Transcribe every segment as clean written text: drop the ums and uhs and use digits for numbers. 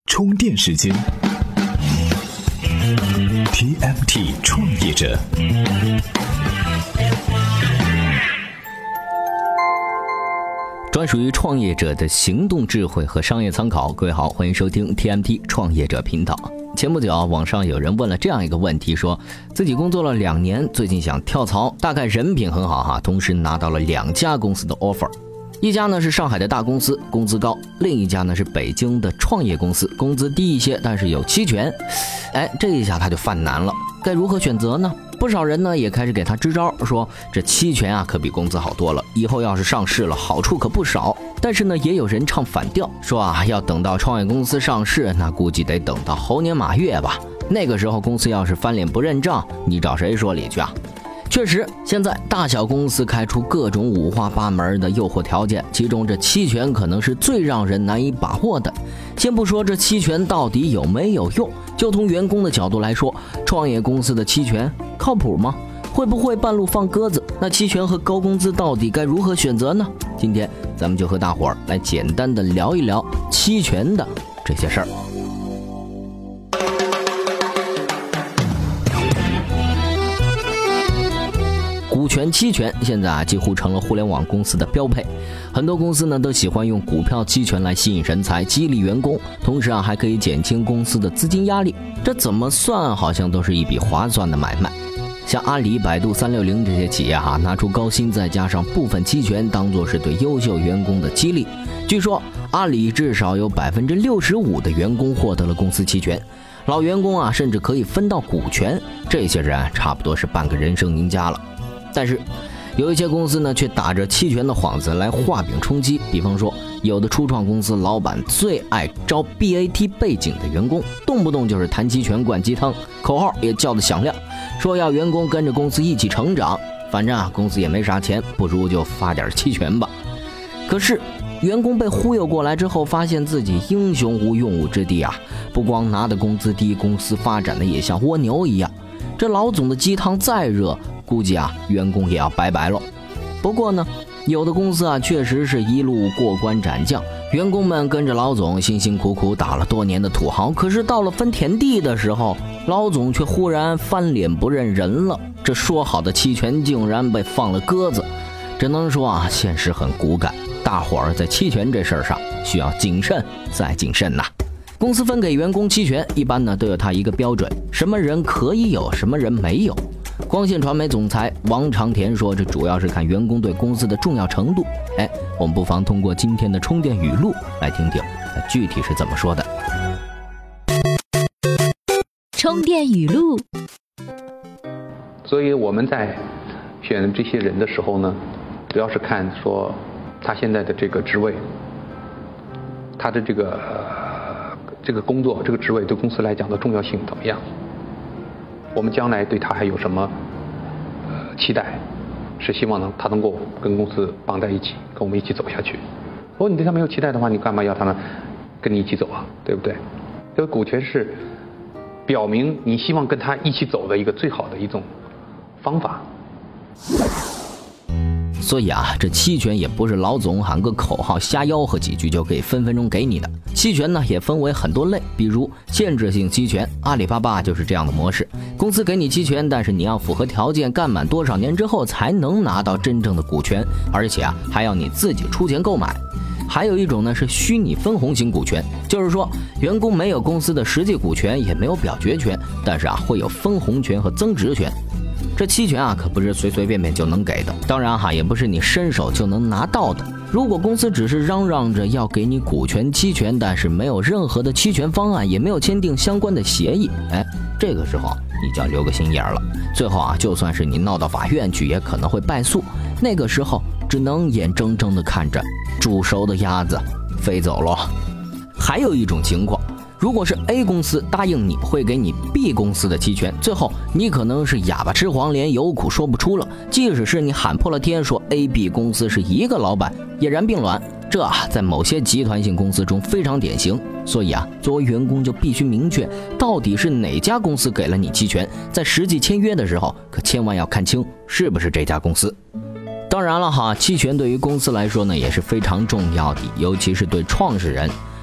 充电时间 TMT 创业者。 专属于创业者的行动智慧和商业参考。各位好，欢迎收听 TMT 创业者频道。前不久网上有人问了这样一个问题，说自己工作了2年，最近想跳槽，大概人品很好同时拿到了2家公司的 offer。一家呢是上海的大公司，工资高；另一家呢是北京的创业公司，工资低一些，但是有期权。这一下他就犯难了，该如何选择呢？不少人呢也开始给他支招，说这期权可比工资好多了，以后要是上市了，好处可不少。但是呢，也有人唱反调，说要等到创业公司上市，那估计得等到猴年马月吧。那个时候公司要是翻脸不认账，你找谁说理去啊？确实，现在大小公司开出各种五花八门的诱惑条件，其中这期权可能是最让人难以把握的。先不说这期权到底有没有用，就从员工的角度来说，创业公司的期权靠谱吗？会不会半路放鸽子？那期权和高工资到底该如何选择呢？今天咱们就和大伙儿来简单的聊一聊期权的这些事儿。股权期权现在几乎成了互联网公司的标配，很多公司呢都喜欢用股票期权来吸引人才，激励员工，同时还可以减轻公司的资金压力。这怎么算好像都是一笔划算的买卖。像阿里、百度、360这些企业拿出高薪再加上部分期权当作是对优秀员工的激励。据说阿里至少有 65% 的员工获得了公司期权，老员工甚至可以分到股权，这些人差不多是半个人生赢家了。但是有一些公司呢却打着期权的幌子来画饼充饥，比方说有的初创公司老板最爱招 BAT 背景的员工，动不动就是谈期权灌鸡汤，口号也叫得响亮，说要员工跟着公司一起成长，反正公司也没啥钱，不如就发点期权吧。可是员工被忽悠过来之后，发现自己英雄无用武之地不光拿的工资低，公司发展的也像蜗牛一样，这老总的鸡汤再热，估计员工也要拜拜了。不过呢，有的公司确实是一路过关斩将，员工们跟着老总辛辛苦苦打了多年的土豪，可是到了分田地的时候，老总却忽然翻脸不认人了，这说好的期权竟然被放了鸽子。只能说现实很骨感，大伙儿在期权这事儿上需要谨慎再谨慎呐。公司分给员工期权一般呢都有它一个标准，什么人可以有，什么人没有。光线传媒总裁王长田说，这主要是看员工对公司的重要程度。我们不妨通过今天的充电语录来听听他具体是怎么说的。 充电语录。 所以我们在选这些人的时候呢，主要是看说他现在的这个职位，他的这个工作这个职位对公司来讲的重要性怎么样，我们将来对他还有什么期待，是希望他能够跟公司绑在一起，跟我们一起走下去。如果你对他没有期待的话，你干嘛要他们跟你一起走对不对？这个股权是表明你希望跟他一起走的一个最好的一种方法。 所以这期权也不是老总喊个口号瞎吆喝几句就可以分分钟给你的。期权呢也分为很多类，比如限制性期权，阿里巴巴就是这样的模式，公司给你期权，但是你要符合条件，干满多少年之后才能拿到真正的股权，而且还要你自己出钱购买。还有一种呢是虚拟分红型股权，就是说员工没有公司的实际股权，也没有表决权，但是会有分红权和增值权。这期权可不是随随便便就能给的，当然也不是你伸手就能拿到的。如果公司只是嚷嚷着要给你股权期权，但是没有任何的期权方案，也没有签订相关的协议，这个时候你就要留个心眼了。最后就算是你闹到法院去，也可能会败诉，那个时候只能眼睁睁地看着煮熟的鸭子飞走了。还有一种情况，如果是 A 公司答应你会给你 B 公司的期权，最后你可能是哑巴吃黄连，有苦说不出了。即使是你喊破了天说 A、B 公司是一个老板，也然并卵，这在某些集团性公司中非常典型。所以作为员工就必须明确到底是哪家公司给了你期权，在实际签约的时候可千万要看清是不是这家公司。当然了期权对于公司来说呢也是非常重要的，尤其是对创始人。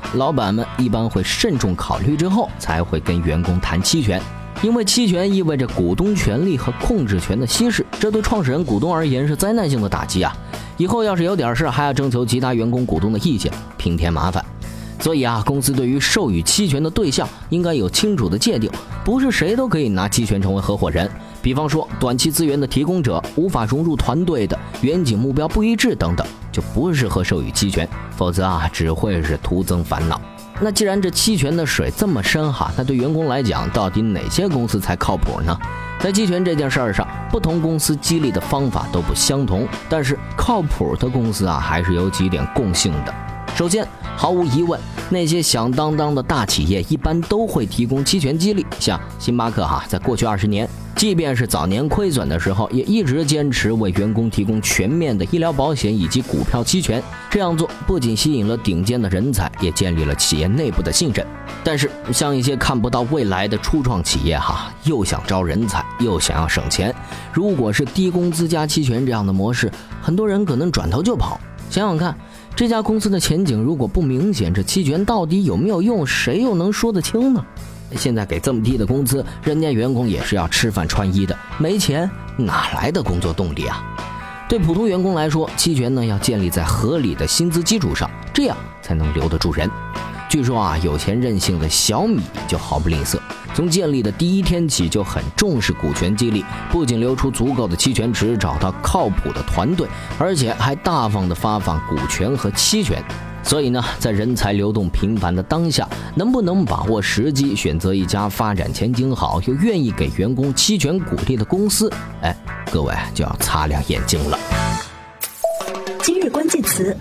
老板们一般会慎重考虑之后才会跟员工谈期权，因为期权意味着股东权利和控制权的稀释，这对创始人股东而言是灾难性的打击啊！以后要是有点事还要征求其他员工股东的意见，平添麻烦。所以公司对于授予期权的对象应该有清楚的界定，不是谁都可以拿期权成为合伙人。比方说短期资源的提供者、无法融入团队的、远景目标不一致等等，就不适合授予期权，否则只会是徒增烦恼。那既然这期权的水这么深那对员工来讲，到底哪些公司才靠谱呢？在期权这件事上，不同公司激励的方法都不相同，但是靠谱的公司还是有几点共性的。首先，毫无疑问，那些响当当的大企业一般都会提供期权激励，像星巴克在过去20年，即便是早年亏损的时候，也一直坚持为员工提供全面的医疗保险以及股票期权。这样做不仅吸引了顶尖的人才，也建立了企业内部的信任。但是像一些看不到未来的初创企业又想招人才又想要省钱，如果是低工资加期权这样的模式，很多人可能转头就跑。想想看，这家公司的前景如果不明显，这期权到底有没有用，谁又能说得清呢？现在给这么低的工资，人家员工也是要吃饭穿衣的，没钱哪来的工作动力啊？对普通员工来说，期权要建立在合理的薪资基础上，这样才能留得住人。据说有钱任性的小米就毫不吝啬，从建立的第一天起就很重视股权激励，不仅留出足够的期权池，找到靠谱的团队，而且还大方地发放股权和期权。所以在人才流动频繁的当下，能不能把握时机，选择一家发展前景好又愿意给员工期权鼓励的公司，各位就要擦亮眼睛了。 今日关键词。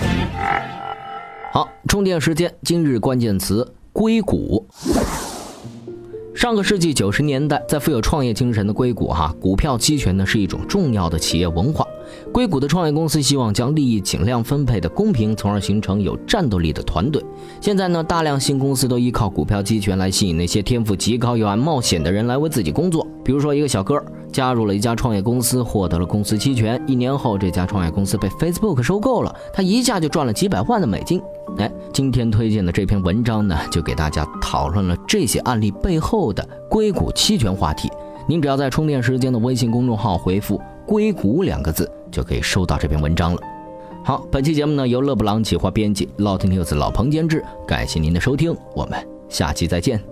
好，充电时间，今日关键词：硅谷。上个世纪90年代，在富有创业精神的硅谷股票期权是一种重要的企业文化。硅谷的创业公司希望将利益尽量分配的公平，从而形成有战斗力的团队。现在大量新公司都依靠股票期权来吸引那些天赋极高又爱冒险的人来为自己工作。比如说一个小哥加入了一家创业公司，获得了公司期权，1年后这家创业公司被 Facebook 收购了，他一下就赚了几百万的美金。今天推荐的这篇文章就给大家讨论了这些案例背后的硅谷期权话题。您只要在充电时间的微信公众号回复硅谷2个字，就可以收到这篇文章了。好，本期节目由勒布朗企划编辑，老听 news 老彭监制，感谢您的收听，我们下期再见。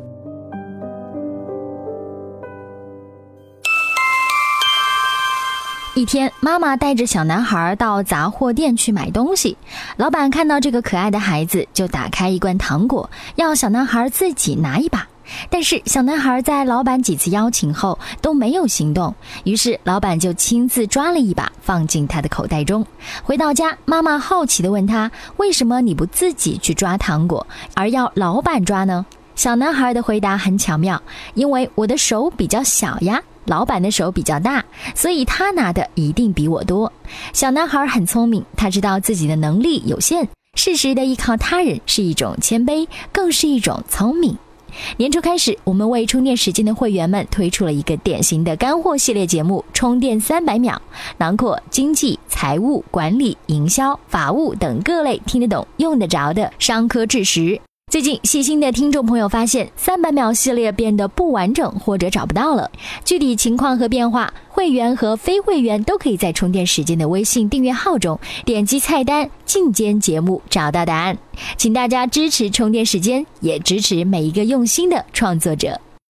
一天，妈妈带着小男孩到杂货店去买东西，老板看到这个可爱的孩子，就打开一罐糖果，要小男孩自己拿一把。但是小男孩在老板几次邀请后都没有行动，于是老板就亲自抓了一把放进他的口袋中。回到家，妈妈好奇地问他，为什么你不自己去抓糖果，而要老板抓呢？小男孩的回答很巧妙，因为我的手比较小呀，老板的手比较大，所以他拿的一定比我多。小男孩很聪明，他知道自己的能力有限，适时的依靠他人是一种谦卑，更是一种聪明。年初开始，我们为充电时间的会员们推出了一个典型的干货系列节目，充电300秒，囊括经济、财务、管理、营销、法务等各类听得懂用得着的商科知识。最近细心的听众朋友发现300秒系列变得不完整或者找不到了，具体情况和变化，会员和非会员都可以在充电时间的微信订阅号中点击菜单进阶节目找到答案。请大家支持充电时间，也支持每一个用心的创作者。